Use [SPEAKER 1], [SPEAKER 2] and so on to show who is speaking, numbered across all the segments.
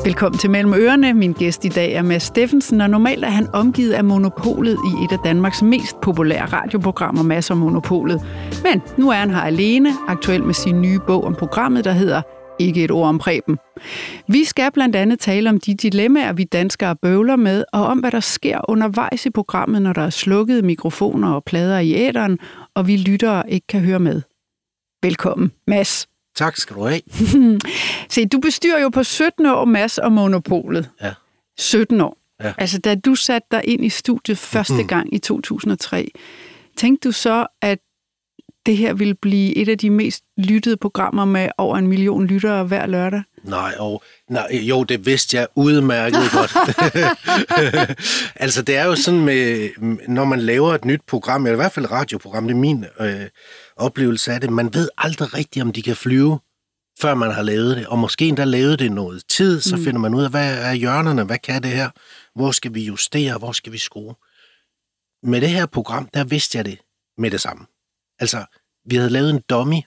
[SPEAKER 1] Velkommen til Mellem Ørerne. Min gæst i dag er Mads Steffensen, og normalt er han omgivet af Monopolet i et af Danmarks mest populære radioprogrammer, Mads og Monopolet. Men nu er han her alene, aktuel med sin nye bog om programmet, der hedder Ikke et ord om Preben. Vi skal blandt andet tale om de dilemmaer, vi danskere bøvler med, og om hvad der sker undervejs i programmet, når der er slukkede mikrofoner og plader i æteren, og vi lyttere ikke kan høre med. Velkommen, Mads.
[SPEAKER 2] Tak skal du have.
[SPEAKER 1] Se, du bestyrer jo på 17 år Mads og Monopolet.
[SPEAKER 2] Ja.
[SPEAKER 1] 17 år.
[SPEAKER 2] Ja.
[SPEAKER 1] Altså, da du satte dig ind i studiet første gang i 2003, tænkte du så, at det her ville blive et af de mest lyttede programmer med over 1 million lyttere hver lørdag?
[SPEAKER 2] Nej, jo, det vidste jeg udmærket godt. Altså, det er jo sådan med, når man laver et nyt program, eller i hvert fald et radioprogram, det er min oplevelse af det, man ved aldrig rigtigt, om de kan flyve, før man har lavet det. Og måske endda lavet det noget tid, så finder man ud af, hvad er hjørnerne, hvad kan det her, hvor skal vi justere, hvor skal vi skrue. Med det her program, der vidste jeg det med det samme. Altså, vi havde lavet en dummy,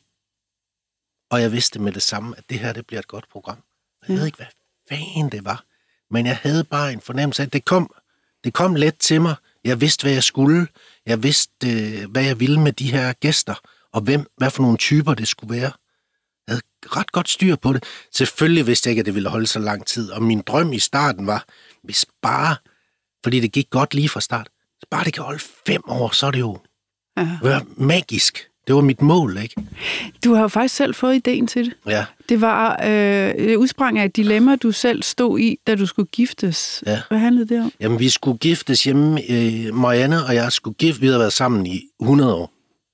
[SPEAKER 2] og jeg vidste med det samme, at det her, det bliver et godt program. Jeg ved ikke, hvad fanden det var, men jeg havde bare en fornemmelse af, at det kom let til mig. Jeg vidste, hvad jeg skulle. Jeg vidste, hvad jeg ville med de her gæster, og hvad for nogle typer det skulle være. Jeg havde ret godt styr på det. Selvfølgelig vidste jeg ikke, at det ville holde så lang tid, og min drøm i starten var, hvis bare, fordi det gik godt lige fra start, hvis bare det kan holde 5 år, så er det jo magisk. Det var mit mål, ikke?
[SPEAKER 1] Du har jo faktisk selv fået ideen til det.
[SPEAKER 2] Ja.
[SPEAKER 1] Det var det udsprang af et dilemma, du selv stod i, da du skulle giftes.
[SPEAKER 2] Ja.
[SPEAKER 1] Hvad handlede det om?
[SPEAKER 2] Jamen, vi skulle giftes hjemme. Marianne og jeg skulle gifte. Vi havde været sammen i 100 år.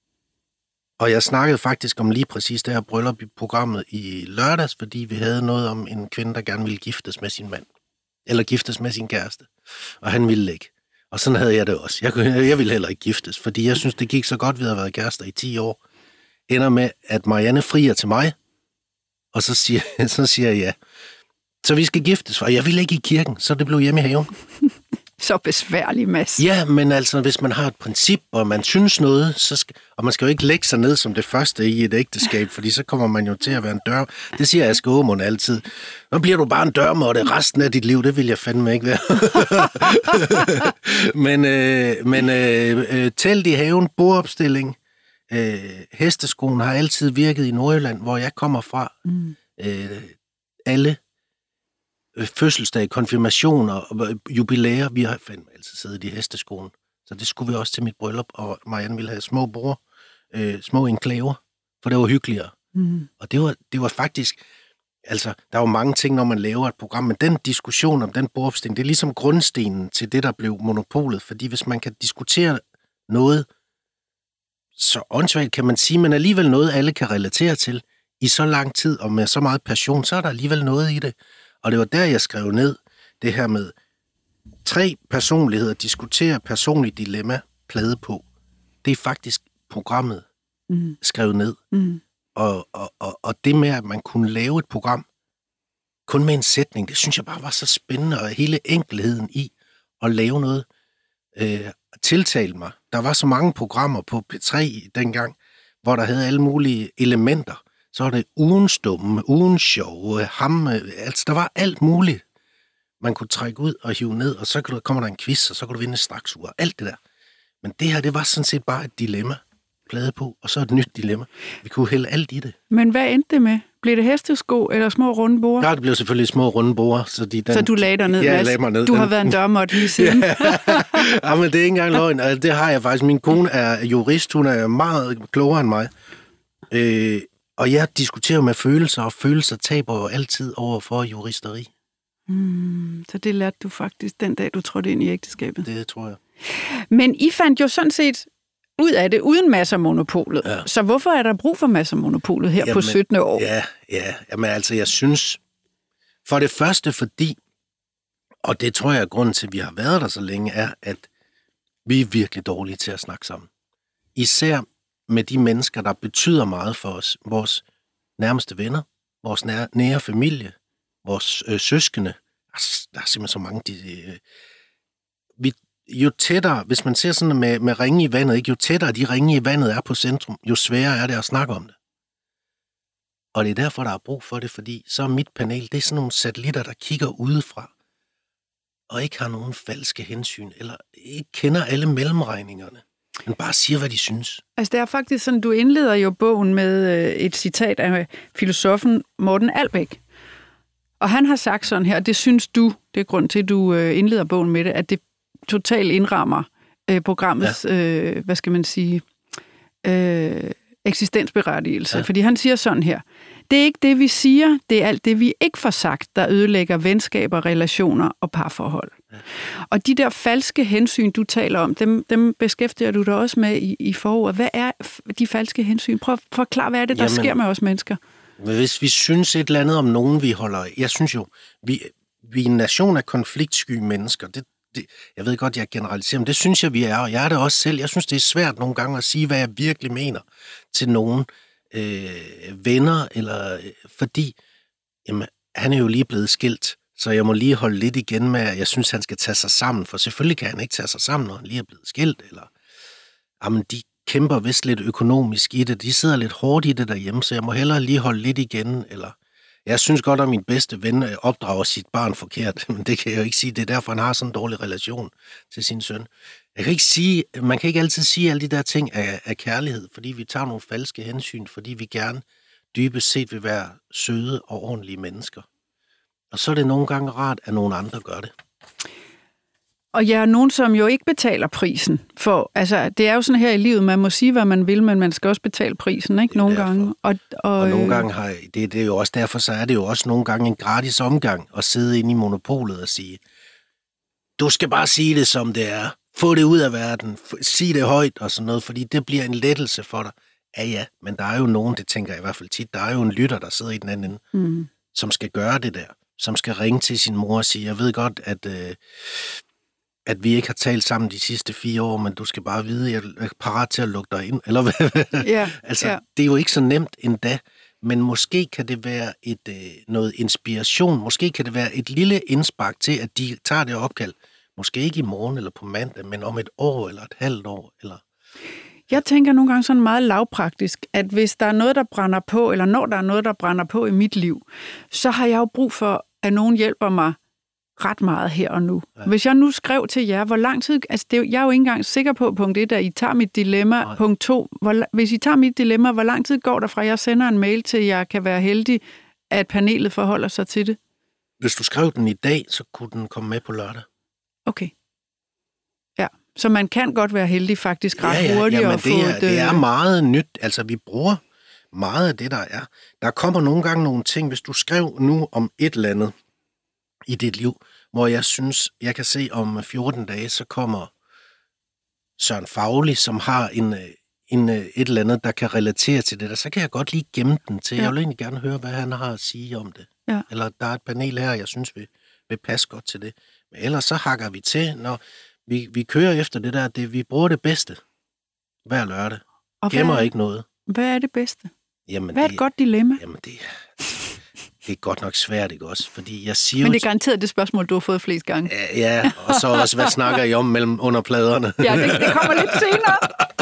[SPEAKER 2] Og jeg snakkede faktisk om lige præcis det her bryllup i programmet i lørdags, fordi vi havde noget om en kvinde, der gerne ville giftes med sin mand. Eller giftes med sin kæreste. Og han ville ikke. Og sådan havde jeg det også. Jeg ville heller ikke giftes, fordi jeg synes, det gik så godt, vi havde været kærester i 10 år. Ender med, at Marianne frier til mig, og så siger jeg ja. Så vi skal giftes, for jeg ville ikke i kirken, så det blev hjemme i haven.
[SPEAKER 1] Så besværlig, Mads.
[SPEAKER 2] Ja, men altså, hvis man har et princip, og man synes noget, og man skal jo ikke lægge sig ned som det første i et ægteskab, fordi så kommer man jo til at være en dør. Det siger Aske Aamund altid. Nu bliver du bare en dørmåtte resten af dit liv, det vil jeg fandme ikke være. men telt i haven, bordopstilling, hesteskoen har altid virket i Nordjylland, hvor jeg kommer fra. Alle fødselsdag, konfirmationer og jubilæer, vi har fandme altid siddet i hesteskoen. Så det skulle vi også til mit bryllup, og Marianne ville have små borde, små enklaver, for det var hyggeligere. Og det var faktisk, altså, der er jo mange ting, når man laver et program, men den diskussion om den bordopstilling, det er ligesom grundstenen til det, der blev Monopolet, fordi hvis man kan diskutere noget, så åndssvagt kan man sige, men alligevel noget, alle kan relatere til, i så lang tid og med så meget passion, så er der alligevel noget i det. Og det var der, jeg skrev ned det her med 3 personligheder, diskutere personligt dilemma, plade på. Det er faktisk programmet skrevet ned. Og det med, at man kunne lave et program kun med en sætning, det synes jeg bare var så spændende, og hele enkelheden i at lave noget tiltalte mig. Der var så mange programmer på P3 dengang, hvor der havde alle mulige elementer. Så var det ugens dumme, ugens sjov, altså der var alt muligt, man kunne trække ud og hive ned, og så kommer der en quiz, og så kan du vinde straksur, alt det der. Men det her, det var sådan set bare et dilemma, plade på, og så et nyt dilemma. Vi kunne hælde alt i det.
[SPEAKER 1] Men hvad endte det med? Blev det hestesko eller små runde borde?
[SPEAKER 2] Ja, det blev selvfølgelig små runde borde.
[SPEAKER 1] Så du lagde dig ned,
[SPEAKER 2] ja, jeg lagde mig ned.
[SPEAKER 1] Du har været en dørmåt lige siden.
[SPEAKER 2] Ja, men det er ikke engang løgn. Altså, det har jeg faktisk. Min kone er jurist, hun er meget klogere end mig. Og jeg diskuterer med følelser, og følelser taber jo altid over for juristeri.
[SPEAKER 1] Så det lærte du faktisk den dag, du trådte ind i ægteskabet?
[SPEAKER 2] Det tror jeg.
[SPEAKER 1] Men I fandt jo sådan set ud af det uden Mads og Monopolet. Ja. Så hvorfor er der brug for Mads og Monopolet her på 17 år?
[SPEAKER 2] Ja. Jamen altså, jeg synes, for det første fordi, og det tror jeg er grunden til, at vi har været der så længe, er, at vi er virkelig dårlige til at snakke sammen. Især med de mennesker, der betyder meget for os. Vores nærmeste venner, vores nære familie, vores søskende. Der er simpelthen så mange. Jo tættere, hvis man ser sådan med ringe i vandet, ikke? Jo tættere de ringe i vandet er på centrum, jo sværere er det at snakke om det. Og det er derfor, der er brug for det, fordi så er mit panel, det er sådan nogle satellitter, der kigger udefra, og ikke har nogen falske hensyn, eller ikke kender alle mellemregningerne, men bare siger, hvad de synes.
[SPEAKER 1] Altså det er faktisk sådan, du indleder jo bogen med et citat af filosofen Morten Albæk. Og han har sagt sådan her, det synes du, det er grund til, at du indleder bogen med det, at det totalt indrammer programmets, hvad skal man sige, eksistensberettigelse. Ja. Fordi han siger sådan her, det er ikke det, vi siger, det er alt det, vi ikke får sagt, der ødelægger venskaber, relationer og parforhold. Ja. Og de der falske hensyn, du taler om, dem beskæftiger du dig også med i forordet. Hvad er de falske hensyn? Prøv at forklare, hvad er det, der sker med os mennesker?
[SPEAKER 2] Hvis vi synes et eller andet om nogen, vi holder af. Jeg synes jo, vi er en nation af konfliktsky mennesker. Jeg ved godt, jeg generaliserer, men det synes jeg, vi er, og jeg er det også selv. Jeg synes, det er svært nogle gange at sige, hvad jeg virkelig mener til nogen venner, eller fordi jamen, han er jo lige blevet skilt, så jeg må lige holde lidt igen med, at jeg synes, han skal tage sig sammen, for selvfølgelig kan han ikke tage sig sammen, når han lige er blevet skilt, eller jamen, de kæmper vist lidt økonomisk i det, de sidder lidt hårdt i det derhjemme, så jeg må hellere lige holde lidt igen, eller jeg synes godt, at min bedste ven opdrager sit barn forkert, men det kan jeg jo ikke sige. Det er derfor, han har sådan en dårlig relation til sin søn. Jeg kan ikke sige, man kan ikke altid sige alle de der ting af kærlighed, fordi vi tager nogle falske hensyn, fordi vi gerne dybest set vil være søde og ordentlige mennesker. Og så er det nogle gange rart, at nogle andre gør det.
[SPEAKER 1] Og jeg er nogen, som jo ikke betaler prisen for, altså det er jo sådan her i livet, man må sige, hvad man vil, men man skal også betale prisen, ikke? Nogle gange.
[SPEAKER 2] Og nogle gange har det er jo også derfor, så er det jo også nogle gange en gratis omgang at sidde inde i monopolet og sige, du skal bare sige det, som det er. Få det ud af verden. Sig det højt og sådan noget, fordi det bliver en lettelse for dig. Ja, men der er jo nogen, det tænker jeg i hvert fald tit, der er jo en lytter, der sidder i den anden ende, som skal gøre det der, som skal ringe til sin mor og sige, jeg ved godt, at vi ikke har talt sammen de sidste 4 år, men du skal bare vide, at jeg er parat til at lukke dig ind. Eller hvad?
[SPEAKER 1] Ja,
[SPEAKER 2] det er jo ikke så nemt endda, men måske kan det være noget inspiration, måske kan det være et lille indspark til, at de tager det opkald. Måske ikke i morgen eller på mandag, men om et år eller et halvt år. Eller...
[SPEAKER 1] Jeg tænker nogle gange sådan meget lavpraktisk, at hvis der er noget, der brænder på, eller når der er noget, der brænder på i mit liv, så har jeg jo brug for, at nogen hjælper mig ret meget her og nu. Ja. Hvis jeg nu skrev til jer, hvor lang tid... Altså, jeg er jo ikke engang sikker på, punkt 1, at I tager mit dilemma. Nej. Punkt 2, hvis I tager mit dilemma, hvor lang tid går der fra, jeg sender en mail til, jeg kan være heldig, at panelet forholder sig til det?
[SPEAKER 2] Hvis du skrev den i dag, så kunne den komme med på lørdag.
[SPEAKER 1] Okay. Ja, så man kan godt være heldig faktisk ret hurtigt at få
[SPEAKER 2] det er meget nyt. Altså, vi bruger meget af det, der er. Der kommer nogle gange nogle ting, hvis du skrev nu om et eller andet i dit liv, hvor jeg synes, jeg kan se om 14 dage, så kommer Søren Fauli, som har et eller andet, der kan relatere til det der, så kan jeg godt lige gemme den til. Ja. Jeg vil egentlig gerne høre, hvad han har at sige om det. Ja. Eller der er et panel her, jeg synes vil passe godt til det. Men ellers så hakker vi til, når vi kører efter det der, vi bruger det bedste hver lørdag. Og gemmer ikke noget.
[SPEAKER 1] Hvad er det bedste?
[SPEAKER 2] Jamen,
[SPEAKER 1] hvad er et godt dilemma?
[SPEAKER 2] Jamen, det er godt nok svært, ikke også? Fordi jeg siger
[SPEAKER 1] men det er garanteret det spørgsmål, du har fået flest gange.
[SPEAKER 2] Ja, og så også, hvad snakker I om under pladerne?
[SPEAKER 1] Ja, det kommer lidt senere.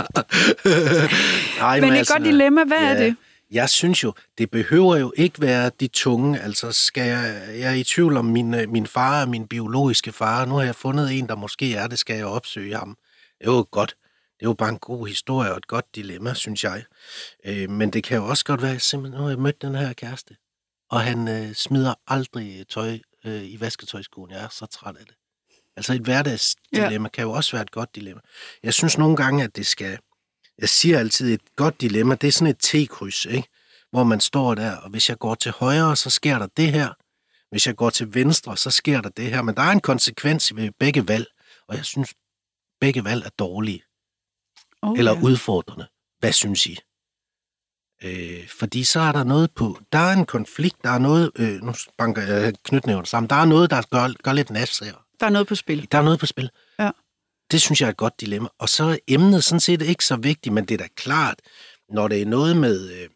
[SPEAKER 2] Nej,
[SPEAKER 1] men et godt dilemma, hvad er det?
[SPEAKER 2] Jeg synes jo, det behøver jo ikke være de tunge. Altså, skal jeg er i tvivl om min far og min biologiske far. Nu har jeg fundet en, der måske er det, skal jeg opsøge ham. Det er jo godt. Det er jo bare en god historie og et godt dilemma, synes jeg. Men det kan jo også godt være, simpelthen, nu har jeg mødt den her kæreste, og han smider aldrig tøj i vasketøjskoen. Jeg er så træt af det. Altså et hverdagsdilemma kan jo også være et godt dilemma. Jeg synes nogle gange, at det skal... Jeg siger altid, et godt dilemma, det er sådan et T-kryds, ikke? Hvor man står der, og hvis jeg går til højre, så sker der det her. Hvis jeg går til venstre, så sker der det her. Men der er en konsekvens ved begge valg, og jeg synes, begge valg er dårlige. Eller udfordrende. Hvad synes I? Fordi så er der noget på... Der er en konflikt, der er noget... nu banker jeg knytnævner sammen. Der er noget, der gør lidt nas her.
[SPEAKER 1] Der er noget på spil.
[SPEAKER 2] Der er noget på spil.
[SPEAKER 1] Ja.
[SPEAKER 2] Det synes jeg er et godt dilemma. Og så er emnet sådan set ikke så vigtigt, men det er da klart, når det er noget med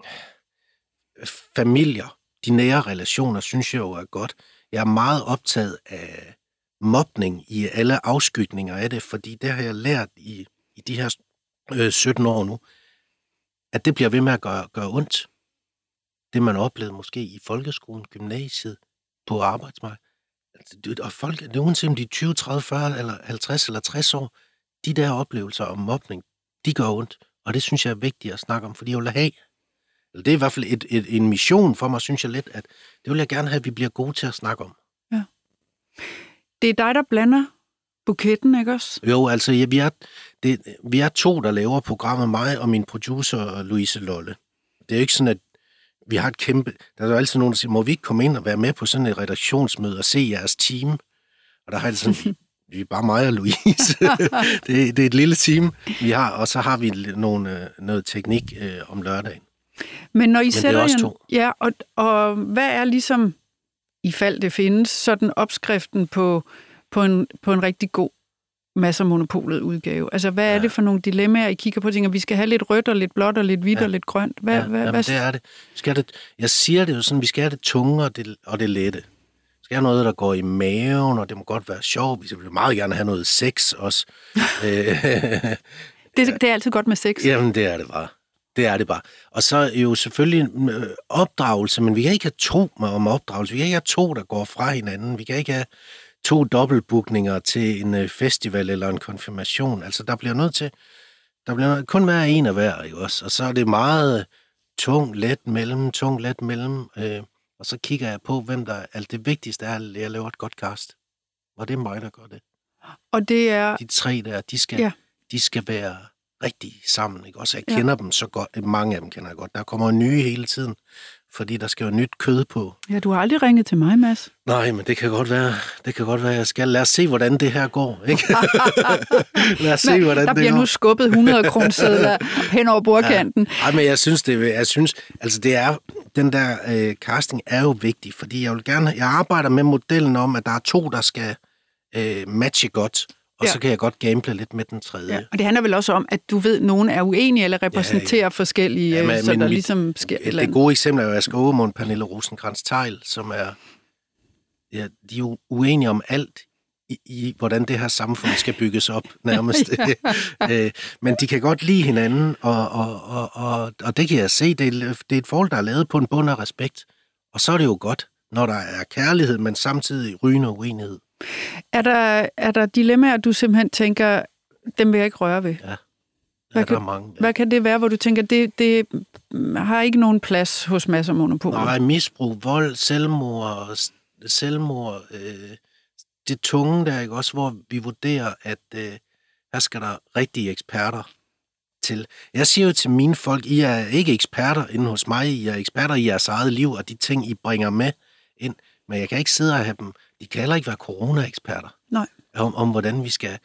[SPEAKER 2] familier, de nære relationer, synes jeg jo er godt. Jeg er meget optaget af mobning i alle afskygninger af det, fordi det har jeg lært i de her 17 år nu, at det bliver ved med at gøre ondt. det man oplevede måske i folkeskolen, gymnasiet, på arbejdsmarkedet. Og folk, det er uanset om de er 20, 30, 40, eller 50 eller 60 år, de der oplevelser om mobning, de gør ondt. Og det synes jeg er vigtigt at snakke om, fordi jeg vil have, det er i hvert fald en mission for mig, synes jeg lidt, at det vil jeg gerne have, at vi bliver gode til at snakke om.
[SPEAKER 1] Ja. Det er dig, der blander buketten, ikke også?
[SPEAKER 2] Jo, altså, vi er 2, der laver programmet, mig og min producer, Louise Lolle. Det er jo ikke sådan, at vi har et kæmpe... Der er jo altid nogen, der siger, må vi ikke komme ind og være med på sådan et redaktionsmøde og se jeres team? Og der har det sådan, vi er bare mig og Louise. det er et lille team, vi har, og så har vi noget teknik om lørdagen.
[SPEAKER 1] Men når I sætter
[SPEAKER 2] det er også 2.
[SPEAKER 1] Ja, og hvad er ligesom, i fald det findes, sådan opskriften på en rigtig god Mads & Monopolet udgave? Altså, hvad er det for nogle dilemmaer, I kigger på? Tænker, vi skal have lidt rødt og lidt blåt og lidt hvidt og lidt grønt. Hvad?
[SPEAKER 2] Det er det. Jeg siger det jo sådan, vi skal have det tunge og det lette. Vi skal have noget, der går i maven, og det må godt være sjovt. Vi vil meget gerne have noget sex også.
[SPEAKER 1] Det er altid godt med sex.
[SPEAKER 2] Jamen, det er det bare. Det er det bare. Og så jo selvfølgelig opdragelse, men vi kan ikke have 2 om opdragelse. Vi kan ikke have 2, der går fra hinanden. Vi kan ikke have 2 dobbeltbookninger til en festival eller en konfirmation. Altså, der bliver kun være en af hver, ikke også? Og så er det meget tung, let mellem. Og så kigger jeg på, hvem der... Altså, det vigtigste er, at jeg laver et godt cast. Og det er mig, der gør det.
[SPEAKER 1] Og det er...
[SPEAKER 2] De 3 der, de skal være rigtig sammen, ikke også? Jeg kender dem så godt. Mange af dem kender jeg godt. Der kommer nye hele tiden, fordi der skal jo nyt kød på.
[SPEAKER 1] Ja, du har aldrig ringet til mig, Mads.
[SPEAKER 2] Nej, men det kan godt være, jeg skal. Lad os se, hvordan det her går, ikke? Lad os se, hvordan det går.
[SPEAKER 1] Der bliver nu skubbet 100 kronesedler hen over bordkanten.
[SPEAKER 2] Ja. Men jeg synes, altså det er, den der casting er jo vigtig, fordi jeg arbejder med modellen om, at der er 2, der skal matche godt. Og så kan jeg godt gamble lidt med den 3.
[SPEAKER 1] Ja, og det handler vel også om, at du ved, at nogen er uenige eller repræsenterer forskellige, så der ligesom sker et eller andet.
[SPEAKER 2] Det gode eksempel er jo Asger Aamund, Pernille Rosenkrantz-Theil, som er... Ja, de er jo uenige om alt i hvordan det her samfund skal bygges op, nærmest. Men de kan godt lide hinanden, og det kan jeg se. Det er et forhold, der er lavet på en bund af respekt. Og så er det jo godt, når der er kærlighed, men samtidig rygende uenighed.
[SPEAKER 1] Er der dilemmaer, du simpelthen tænker, dem vil jeg ikke røre ved?
[SPEAKER 2] Ja, der er mange. Ja.
[SPEAKER 1] Hvad kan det være, hvor du tænker, det har ikke nogen plads hos Mads & Monopolet?
[SPEAKER 2] Nej, misbrug, vold, selvmord, det tunge der, ikke også, hvor vi vurderer, at her skal der rigtige eksperter til. Jeg siger jo til mine folk, I er ikke eksperter inde hos mig, I er eksperter i jeres eget liv, og de ting, I bringer med ind, men jeg kan ikke sidde og have dem. De kan heller ikke være corona-eksperter.
[SPEAKER 1] Nej.
[SPEAKER 2] Om hvordan vi skal...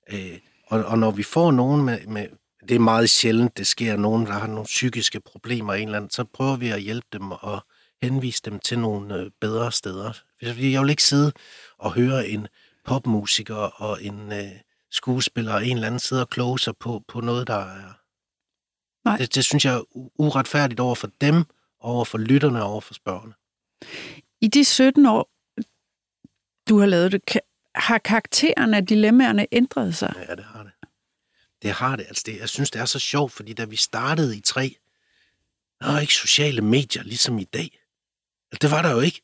[SPEAKER 2] Og når vi får nogen med... Det er meget sjældent, det sker nogen, der har nogle psykiske problemer eller andet, så prøver vi at hjælpe dem og henvise dem til nogle bedre steder. Fordi jeg vil ikke sidde og høre en popmusiker og en skuespiller og en eller anden sidde og kloge sig på noget, der er... Nej. Det synes jeg er uretfærdigt over for dem, over for lytterne og over for spørgerne.
[SPEAKER 1] I de 17 år, du har lavet det, har karakteren af dilemmaerne ændret sig?
[SPEAKER 2] Ja, det har det. Det har det. Altså jeg synes, det er så sjovt, fordi da vi startede i 3, der var ikke sociale medier ligesom i dag. Altså, det var der jo ikke.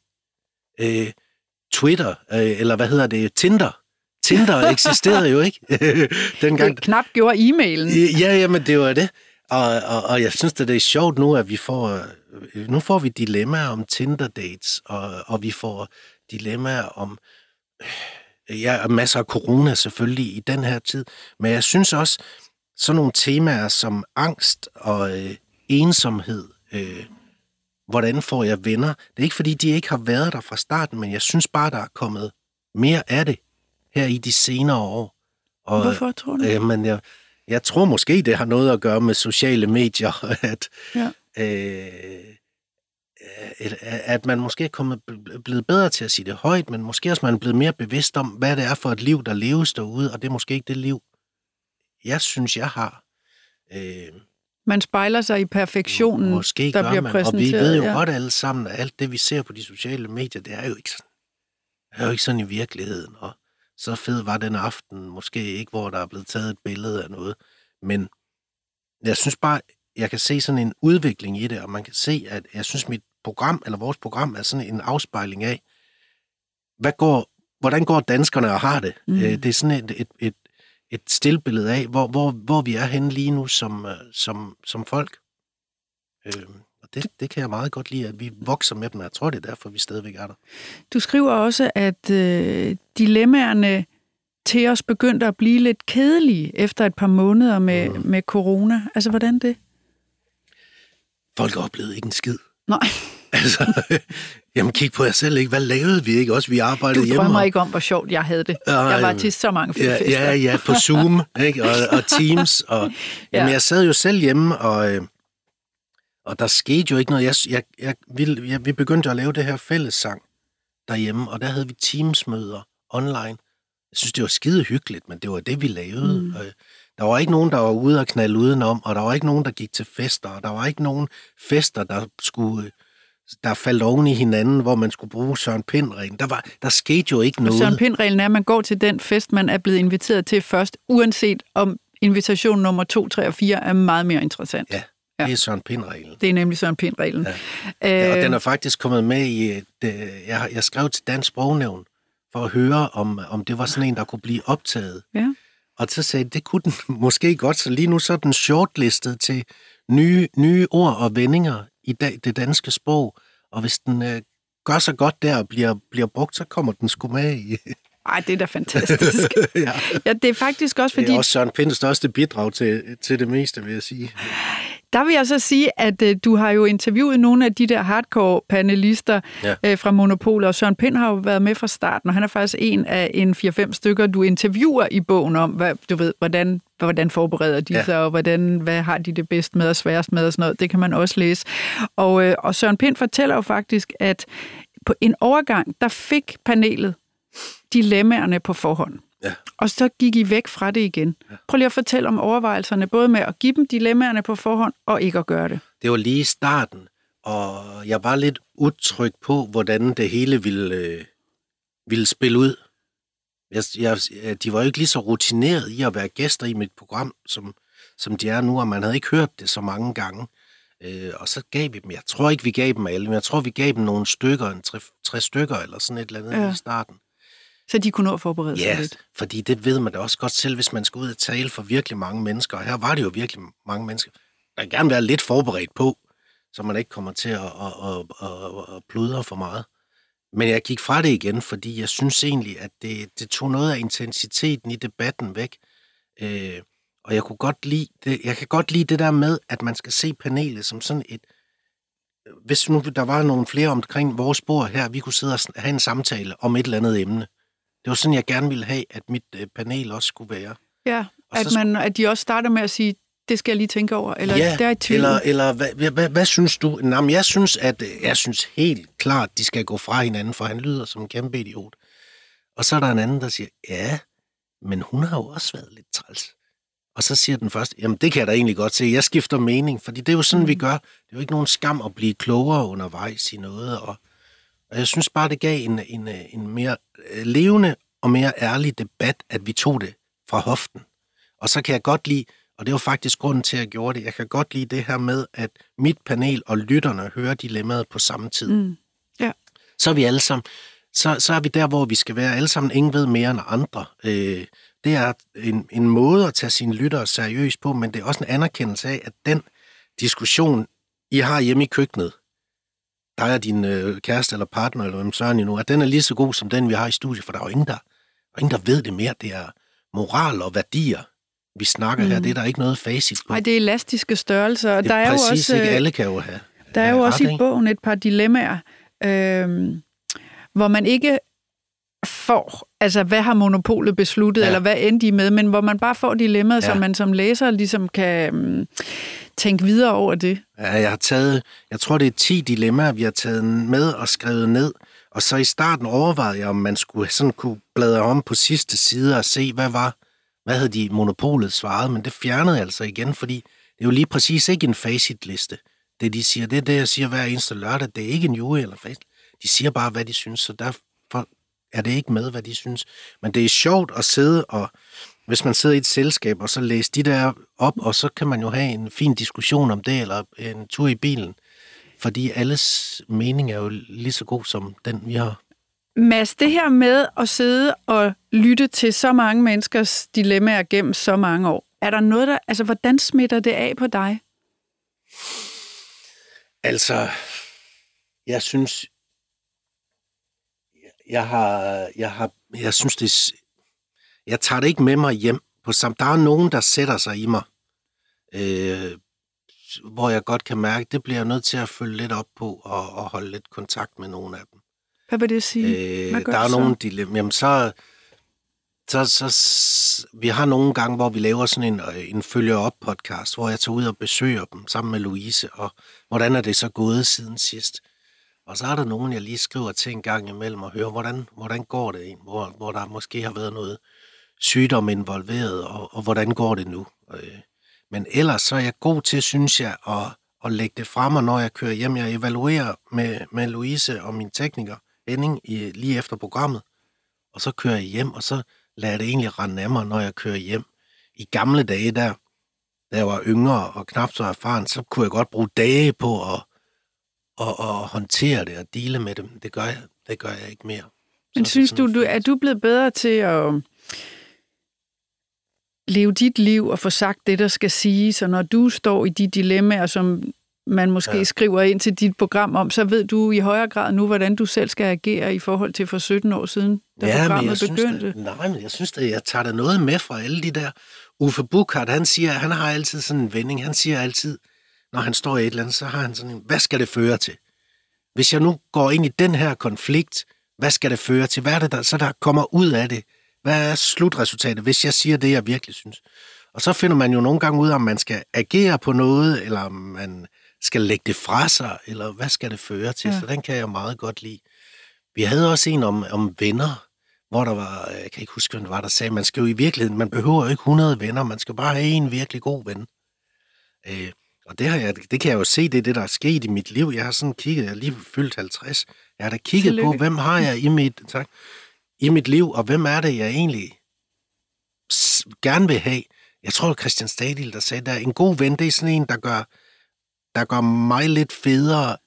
[SPEAKER 2] Twitter, eller hvad hedder det, Tinder. Tinder eksisterede jo ikke.
[SPEAKER 1] Dengang. Det knap gjorde e-mailen.
[SPEAKER 2] Ja, men det var det. Og jeg synes, det er sjovt nu, at nu får vi dilemmaer om Tinder-dates, og vi får dilemmaer om masser af corona selvfølgelig i den her tid. Men jeg synes også, sådan nogle temaer som angst og ensomhed, hvordan får jeg venner? Det er ikke, fordi de ikke har været der fra starten, men jeg synes bare, der er kommet mere af det her i de senere år. Og,
[SPEAKER 1] hvorfor tror du?
[SPEAKER 2] Men jeg tror måske, det har noget at gøre med sociale medier, at man måske er blevet bedre til at sige det højt, men måske også man er blevet mere bevidst om, hvad det er for et liv, der leves derude, og det er måske ikke det liv, jeg synes, jeg har.
[SPEAKER 1] Man spejler sig i perfektionen,
[SPEAKER 2] måske
[SPEAKER 1] der bliver præsenteret.
[SPEAKER 2] Og vi ved jo godt alle sammen, at alt det, vi ser på de sociale medier, det er jo ikke sådan. Det er jo ikke sådan i virkeligheden, og så fed var den aften måske ikke, hvor der er blevet taget et billede af noget. Men jeg synes bare, jeg kan se sådan en udvikling i det, og man kan se, at jeg synes, mit program, eller vores program, er sådan en afspejling af, hvordan går danskerne og har det. Det er sådan et stillbillede af, hvor vi er henne lige nu som folk. Og det kan jeg meget godt lide, at vi vokser med dem. Jeg tror, det er derfor, vi stadigvæk er der.
[SPEAKER 1] Du skriver også, at dilemmaerne til os begyndte at blive lidt kedelige efter et par måneder med corona. Altså, hvordan det?
[SPEAKER 2] Folk oplevede ikke en skid.
[SPEAKER 1] Nej.
[SPEAKER 2] Altså, jamen kig på jer selv, ikke? Hvad lavede vi, ikke? Også vi arbejdede hjemme.
[SPEAKER 1] Du drømmer ikke om, hvor sjovt jeg havde det. Jeg var til så mange fester.
[SPEAKER 2] Ja, på Zoom, ikke? Og Teams. Og, jamen, jeg sad jo selv hjemme, og der skete jo ikke noget. Vi begyndte at lave det her fællessang derhjemme, og der havde vi Teams-møder online. Jeg synes, det var skide hyggeligt, men det var det, vi lavede. Der var ikke nogen, der var ude og knalde udenom, og der var ikke nogen, der gik til fester, og der var ikke nogen fester, der faldt oven i hinanden, hvor man skulle bruge Søren Pind-reglen. Der skete jo ikke noget.
[SPEAKER 1] Søren Pind-reglen er, at man går til den fest, man er blevet inviteret til først, uanset om invitation nummer 2, 3 og 4 er meget mere interessant. Ja.
[SPEAKER 2] Det er Søren Pind-reglen.
[SPEAKER 1] Det er nemlig Søren Pind-reglen.
[SPEAKER 2] Ja. Og den er faktisk kommet med i jeg skrev til Dansk Sprognævn for at høre, om det var sådan en, der kunne blive optaget. Ja. Og så sagde det kunne den måske godt, så lige nu så er den shortlistet til nye ord og vendinger i det danske sprog. Og hvis den gør så godt der og bliver brugt, så kommer den sgu med i...
[SPEAKER 1] Ej, det er da fantastisk. Ja, det er faktisk også fordi...
[SPEAKER 2] Det er også Søren Pinds største bidrag til det meste, vil jeg sige.
[SPEAKER 1] Der vil jeg så sige, at du har jo interviewet nogle af de der hardcore-panelister fra Monopolet, og Søren Pind har jo været med fra starten, og han er faktisk en af 4-5 stykker, du interviewer i bogen om, hvordan forbereder de sig, og hvad har de det bedst med og sværest med og sådan noget. Det kan man også læse. Og Søren Pind fortæller jo faktisk, at på en overgang, der fik panelet dilemmaerne på forhånd. Ja. Og så gik I væk fra det igen. Ja. Prøv lige at fortælle om overvejelserne, både med at give dem dilemmaerne på forhånd, og ikke at gøre det. Det
[SPEAKER 2] var lige i starten, og jeg var lidt utryg på, hvordan det hele ville spille ud. De var jo ikke lige så rutineret i at være gæster i mit program, som de er nu, og man havde ikke hørt det så mange gange. Og så gav vi dem, jeg tror ikke, vi gav dem alle, men jeg tror, vi gav dem nogle stykker, 3 stykker eller sådan et eller andet i starten.
[SPEAKER 1] Så de kunne nå at forberede sig lidt?
[SPEAKER 2] Ja, fordi det ved man da også godt selv, hvis man skal ud og tale for virkelig mange mennesker. Og her var det jo virkelig mange mennesker, der vil gerne være lidt forberedt på, så man ikke kommer til at pludre for meget. Men jeg gik fra det igen, fordi jeg synes egentlig, at det tog noget af intensiteten i debatten væk. Og jeg kan godt lide det der med, at man skal se panelet som sådan et... Hvis nu der var nogle flere omkring vores bord her, vi kunne sidde og have en samtale om et eller andet emne. Det var sådan, jeg gerne ville have, at mit panel også skulle være. Ja,
[SPEAKER 1] at de også starter med at sige, det skal jeg lige tænke over, eller der er et tvivl.
[SPEAKER 2] Eller hvad synes du? Jamen, jeg synes helt klart, de skal gå fra hinanden, for han lyder som en kæmpe idiot. Og så er der en anden, der siger, ja, men hun har jo også været lidt træls. Og så siger den første, jamen det kan jeg da egentlig godt se, jeg skifter mening, fordi det er jo sådan, vi gør. Det er jo ikke nogen skam at blive klogere undervejs i noget, og jeg synes bare, det gav en mere levende og mere ærlig debat, at vi tog det fra hoften. Og så kan jeg godt lide, og det var faktisk grunden til, at jeg gjorde det, jeg kan godt lide det her med, at mit panel og lytterne hører dilemmaet på samme tid. Ja. Så er vi alle sammen, så er vi der, hvor vi skal være alle sammen. Ingen ved mere end andre. Det er en måde at tage sine lyttere seriøst på, men det er også en anerkendelse af, at den diskussion, I har hjemme i køkkenet, der er din kæreste eller partner, eller hvem søren nu, at den er lige så god som den, vi har i studiet, for der er jo ingen, der ved det mere. Det er moral og værdier, vi snakker her. Det er der ikke noget facit på.
[SPEAKER 1] Nej, det er elastiske størrelser. Og
[SPEAKER 2] det er præcis ikke alle kan jo have.
[SPEAKER 1] Der er jo også i bogen et par dilemmaer, hvor man ikke får, altså hvad har Monopolet besluttet, eller hvad endte de med, men hvor man bare får dilemmaet, så man som læser ligesom kan tænke videre over det. Ja, jeg tror det er 10 dilemmaer, vi har taget med og skrevet ned, og så i starten overvejede jeg, om man skulle sådan kunne bladre om på sidste side og se, hvad havde de Monopolet svaret, men det fjernede jeg altså igen, fordi det er jo lige præcis ikke en facitliste. Det de siger, det er det, jeg siger hver eneste lørdag, det er ikke en jury eller facit. De siger bare, hvad de synes, så derfor er det ikke med, hvad de synes. Men det er sjovt at sidde, og hvis man sidder i et selskab, og så læser de der op, og så kan man jo have en fin diskussion om det, eller en tur i bilen.
[SPEAKER 2] fordi alles mening er jo lige så god som den, vi har.
[SPEAKER 1] Mads, det her med at sidde og lytte til så mange menneskers dilemmaer gennem så mange år, er der noget, der... Altså, hvordan smitter det af på dig?
[SPEAKER 2] Altså, jeg synes... Jeg synes, jeg tager det ikke med mig hjem. Der er nogen, der sætter sig i mig, hvor jeg godt kan mærke, det bliver jeg nødt til at følge lidt op på og holde lidt kontakt med nogle af dem.
[SPEAKER 1] Hvad vil det sige?
[SPEAKER 2] Der er nogle dilemmaer. Jamen, så vi har nogle gange, hvor vi laver sådan en følge-op-podcast, hvor jeg tager ud og besøger dem sammen med Louise, og hvordan er det så gået siden sidst. Og så er der nogen, jeg lige skriver til en gang imellem og hører, hvordan går det egentlig, hvor der måske har været noget sygdom involveret, og hvordan går det nu. Men ellers så er jeg god til, synes jeg, at lægge det frem, og når jeg kører hjem, jeg evaluerer med Louise og min tekniker, Henning, lige efter programmet, og så kører jeg hjem, og så lader jeg det egentlig rende af mig, når jeg kører hjem. I gamle dage, da jeg var yngre og knap så erfaren, så kunne jeg godt bruge dage på at håndtere det og dele med dem. Det gør jeg ikke mere.
[SPEAKER 1] Men synes du, er du blevet bedre til at leve dit liv og få sagt det, der skal siges, og når du står i de dilemmaer, som man måske skriver ind til dit program om, så ved du i højere grad nu, hvordan du selv skal agere i forhold til for 17 år siden, da programmet begyndte?
[SPEAKER 2] Men jeg synes, at jeg tager da noget med fra alle de der. Uffe Buchard, han har altid sådan en vending. Han siger altid, når han står i et eller andet, så har han sådan en, hvad skal det føre til? Hvis jeg nu går ind i den her konflikt, hvad skal det føre til? Hvad er det, der kommer ud af det? Hvad er slutresultatet, hvis jeg siger det, jeg virkelig synes? Og så finder man jo nogle gange ud af, om man skal agere på noget, eller om man skal lægge det fra sig, eller hvad skal det føre til? Ja. Så den kan jeg meget godt lide. Vi havde også en om venner, hvor der var, jeg kan ikke huske, hvem det var, der sagde, man skal jo i virkeligheden, man behøver jo ikke 100 venner, man skal bare have en virkelig god ven. Og det kan jeg jo se, det er det, der er sket i mit liv. Jeg har sådan kigget, jeg har lige fyldt 50. Jeg har da kigget på, hvem har jeg i mit liv, og hvem er det, jeg egentlig gerne vil have. Jeg tror, det var Christian Stadil, der sagde, der en god ven, det er sådan en, der gør mig lidt federe,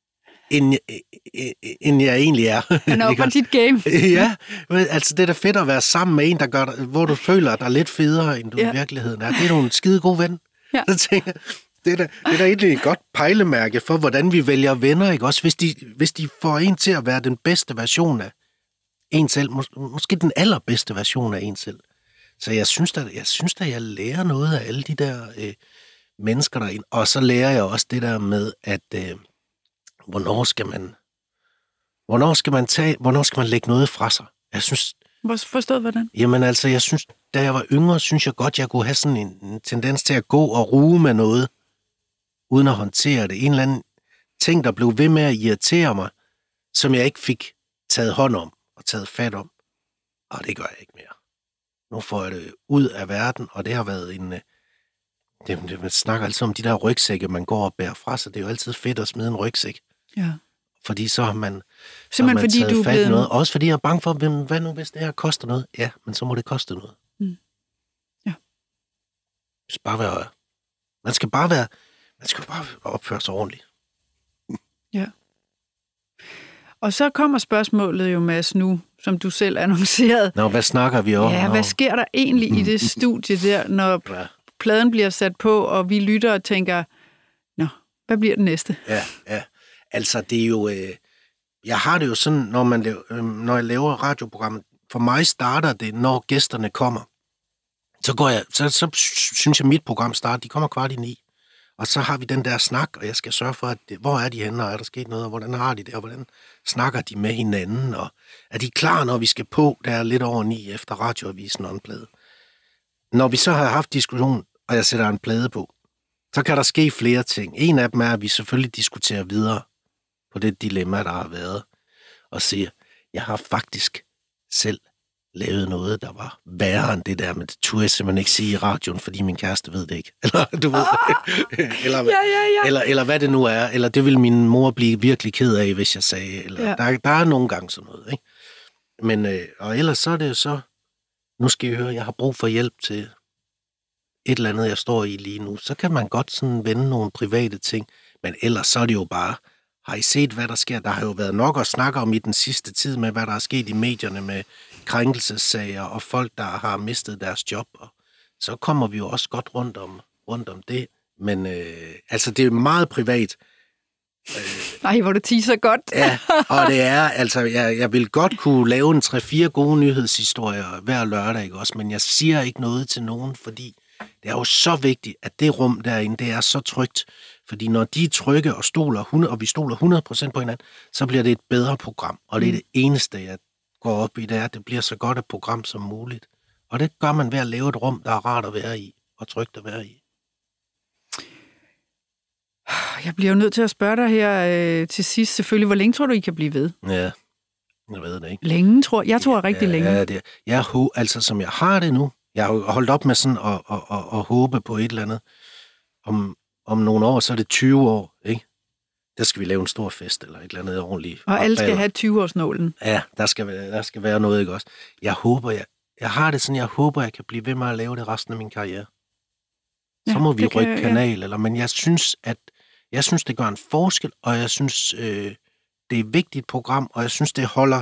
[SPEAKER 2] end jeg egentlig er.
[SPEAKER 1] Han er jo på dit game.
[SPEAKER 2] Ja, altså det er da fedt at være sammen med en, der gør, hvor du føler dig lidt federe, end du i virkeligheden er. Det er jo en skide god ven. Ja. Så tænker jeg, det er da egentlig et godt pejlemærke for, hvordan vi vælger venner, ikke? Også hvis de får en til at være den bedste version af en selv, måske den allerbedste version af en selv. Så jeg synes da, jeg lærer noget af alle de der mennesker derinde. Og så lærer jeg også det der med, at hvornår skal man lægge noget fra sig? Jeg synes...
[SPEAKER 1] Forstået hvordan?
[SPEAKER 2] Jamen altså, jeg synes, da jeg var yngre, synes jeg godt, jeg kunne have sådan en tendens til at gå og ruge med noget, uden at håndtere det. En eller anden ting, der blev ved med at irritere mig, som jeg ikke fik taget hånd om og taget fat om. Og det gør jeg ikke mere. Nu får jeg det ud af verden, og det har været en... Man snakker altid om de der rygsække, man går og bærer fra sig. Det er jo altid fedt at smide en rygsæk. Ja. Fordi så har man taget fat i noget. Også fordi jeg er bange for, hvad nu hvis det her koster noget? Ja, men så må det koste noget. Mm. Ja. Man skal bare opføre sig ordentligt.
[SPEAKER 1] Ja. Og så kommer spørgsmålet jo, Mads, nu, som du selv annoncerede.
[SPEAKER 2] Nå, hvad snakker vi om?
[SPEAKER 1] Ja, hvad sker der egentlig i det studie der, når pladen bliver sat på, og vi lytter og tænker, nå, hvad bliver det næste?
[SPEAKER 2] Ja. Altså, det er jo... jeg har det jo sådan, når jeg laver radioprogrammet, for mig starter det, når gæsterne kommer. Så synes jeg, mit program starter, de kommer 8:15. Og så har vi den der snak, og jeg skal sørge for, hvor er de henne, og er der sket noget, og hvordan har de det, og hvordan snakker de med hinanden, og er de klar, når vi skal på, der er lidt over 9 efter radioavisen og en plade. Når vi så har haft diskussion, og jeg sætter en plade på, så kan der ske flere ting. En af dem er, at vi selvfølgelig diskuterer videre på det dilemma, der har været, og siger, jeg har faktisk selv lavet noget, der var værre end det der, men det turde jeg simpelthen ikke sige i radioen, fordi min kæreste ved det ikke. Eller du ved eller hvad det nu er, eller det vil min mor blive virkelig ked af, hvis jeg sagde, eller der er nogle gange sådan noget, ikke? Men, og ellers så er det jo så, nu skal I høre, jeg har brug for hjælp til et eller andet, jeg står i lige nu, så kan man godt sådan vende nogle private ting, Men ellers så er det jo bare, har I set, hvad der sker? Der har jo været nok at snakke om i den sidste tid med, hvad der er sket i medierne med krænkelsessager og folk, der har mistet deres job. Og så kommer vi jo også godt rundt om det. Men altså, det er meget privat.
[SPEAKER 1] Nej, hvor det teaser godt.
[SPEAKER 2] Ja, og det er, altså, jeg vil godt kunne lave en 3-4 gode nyhedshistorier hver lørdag, ikke også? Men jeg siger ikke noget til nogen, fordi det er jo så vigtigt, at det rum derinde, det er så trygt. Fordi når de er trygge og vi stoler 100% på hinanden, så bliver det et bedre program. Og det er det eneste, jeg går op i, det er, at det bliver så godt et program som muligt. Og det gør man ved at lave et rum, der er rart at være i, og trygt at være i.
[SPEAKER 1] Jeg bliver jo nødt til at spørge dig her til sidst selvfølgelig, hvor længe tror du, I kan blive ved?
[SPEAKER 2] Ja, jeg ved det ikke.
[SPEAKER 1] Længe, tror jeg. Jeg tror rigtig længe.
[SPEAKER 2] Ja, altså som jeg har det nu, jeg har jo holdt op med sådan at håbe på et eller andet. Om nogle år, så er det 20 år, ikke? Der skal vi lave en stor fest, eller et eller andet ordentligt.
[SPEAKER 1] Og alle skal have 20-årsnålen.
[SPEAKER 2] Ja, der skal være noget, ikke også? Jeg har det sådan, jeg håber, jeg kan blive ved med at lave det resten af min karriere. Så må vi rykke kanal, eller, men jeg synes, det gør en forskel, og jeg synes, det er et vigtigt program, og jeg synes, det holder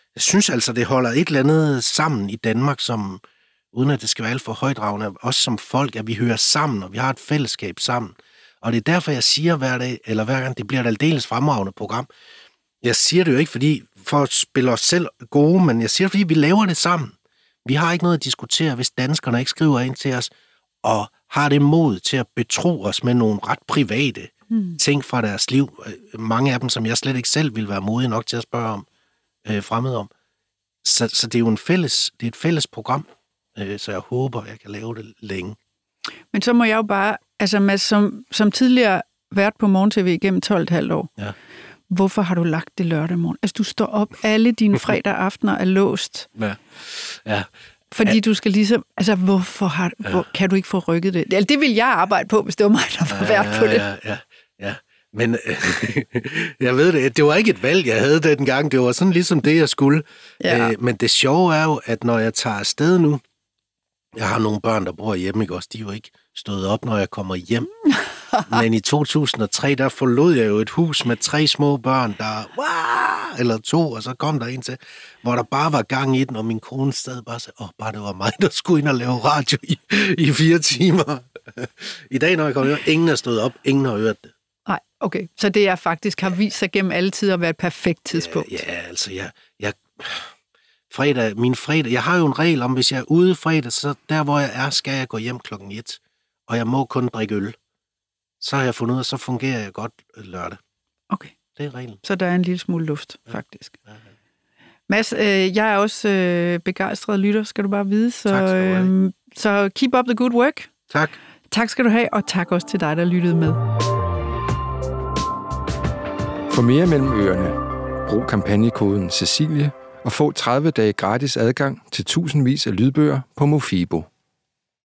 [SPEAKER 2] et eller andet sammen i Danmark, som, uden at det skal være alt for højdragende, også som folk, at vi hører sammen, og vi har et fællesskab sammen. Og det er derfor, jeg siger hver dag, eller hver gang, det bliver et aldeles fremragende program. Jeg siger det jo ikke, for at spille os selv gode, men jeg siger det, fordi vi laver det sammen. Vi har ikke noget at diskutere, hvis danskerne ikke skriver ind til os, og har det mod til at betro os med nogle ret private ting fra deres liv. Mange af dem, som jeg slet ikke selv vil være modig nok til at spørge om, fremmede om. Så det er jo et fælles program, så jeg håber, jeg kan lave det længe.
[SPEAKER 1] Men så må jeg jo bare, altså Mads, som tidligere vært på Morgen-TV igennem 12,5 år, ja. Hvorfor har du lagt det lørdag morgen? Altså, du står op, alle dine fredag aftener er låst.
[SPEAKER 2] Ja.
[SPEAKER 1] Fordi du skal ligesom, altså hvor kan du ikke få rykket det? Altså, det vil jeg arbejde på, hvis det var mig, der var vært på det.
[SPEAKER 2] Ja. Men jeg ved det var ikke et valg, jeg havde dengang. Det var sådan ligesom det, jeg skulle. Ja. Men det sjove er jo, at når jeg tager afsted nu, jeg har nogle børn, der bor hjemme, ikke også? De er jo ikke stået op, når jeg kommer hjem. Men i 2003, der forlod jeg jo et hus med 3 små børn, der eller 2, og så kom der en til, hvor der bare var gang i den, og min kone stadig bare sagde, bare det var mig, der skulle ind og lave radio i 4 timer. I dag, når jeg kommer hjem, ingen er stået op, ingen har hørt det.
[SPEAKER 1] Nej, okay. Så det er faktisk har vist sig gennem alle tider at være et perfekt tidspunkt.
[SPEAKER 2] Ja, altså min fredag, jeg har jo en regel om, hvis jeg er ude fredag, så der, hvor jeg er, skal jeg gå hjem 1:00, og jeg må kun drikke øl. Så har jeg fundet ud af, så fungerer jeg godt lørdag.
[SPEAKER 1] Okay.
[SPEAKER 2] Det er reglen.
[SPEAKER 1] Så der er en lille smule luft, faktisk. Ja. Mads, jeg er også begejstret lytter, skal du bare vide. Så keep up the good work.
[SPEAKER 2] Tak.
[SPEAKER 1] Tak skal du have, og tak også til dig, der lyttede med.
[SPEAKER 3] For mere mellem ørerne, brug kampagnekoden Cecilie og få 30 dage gratis adgang til tusindvis af lydbøger på Mofibo.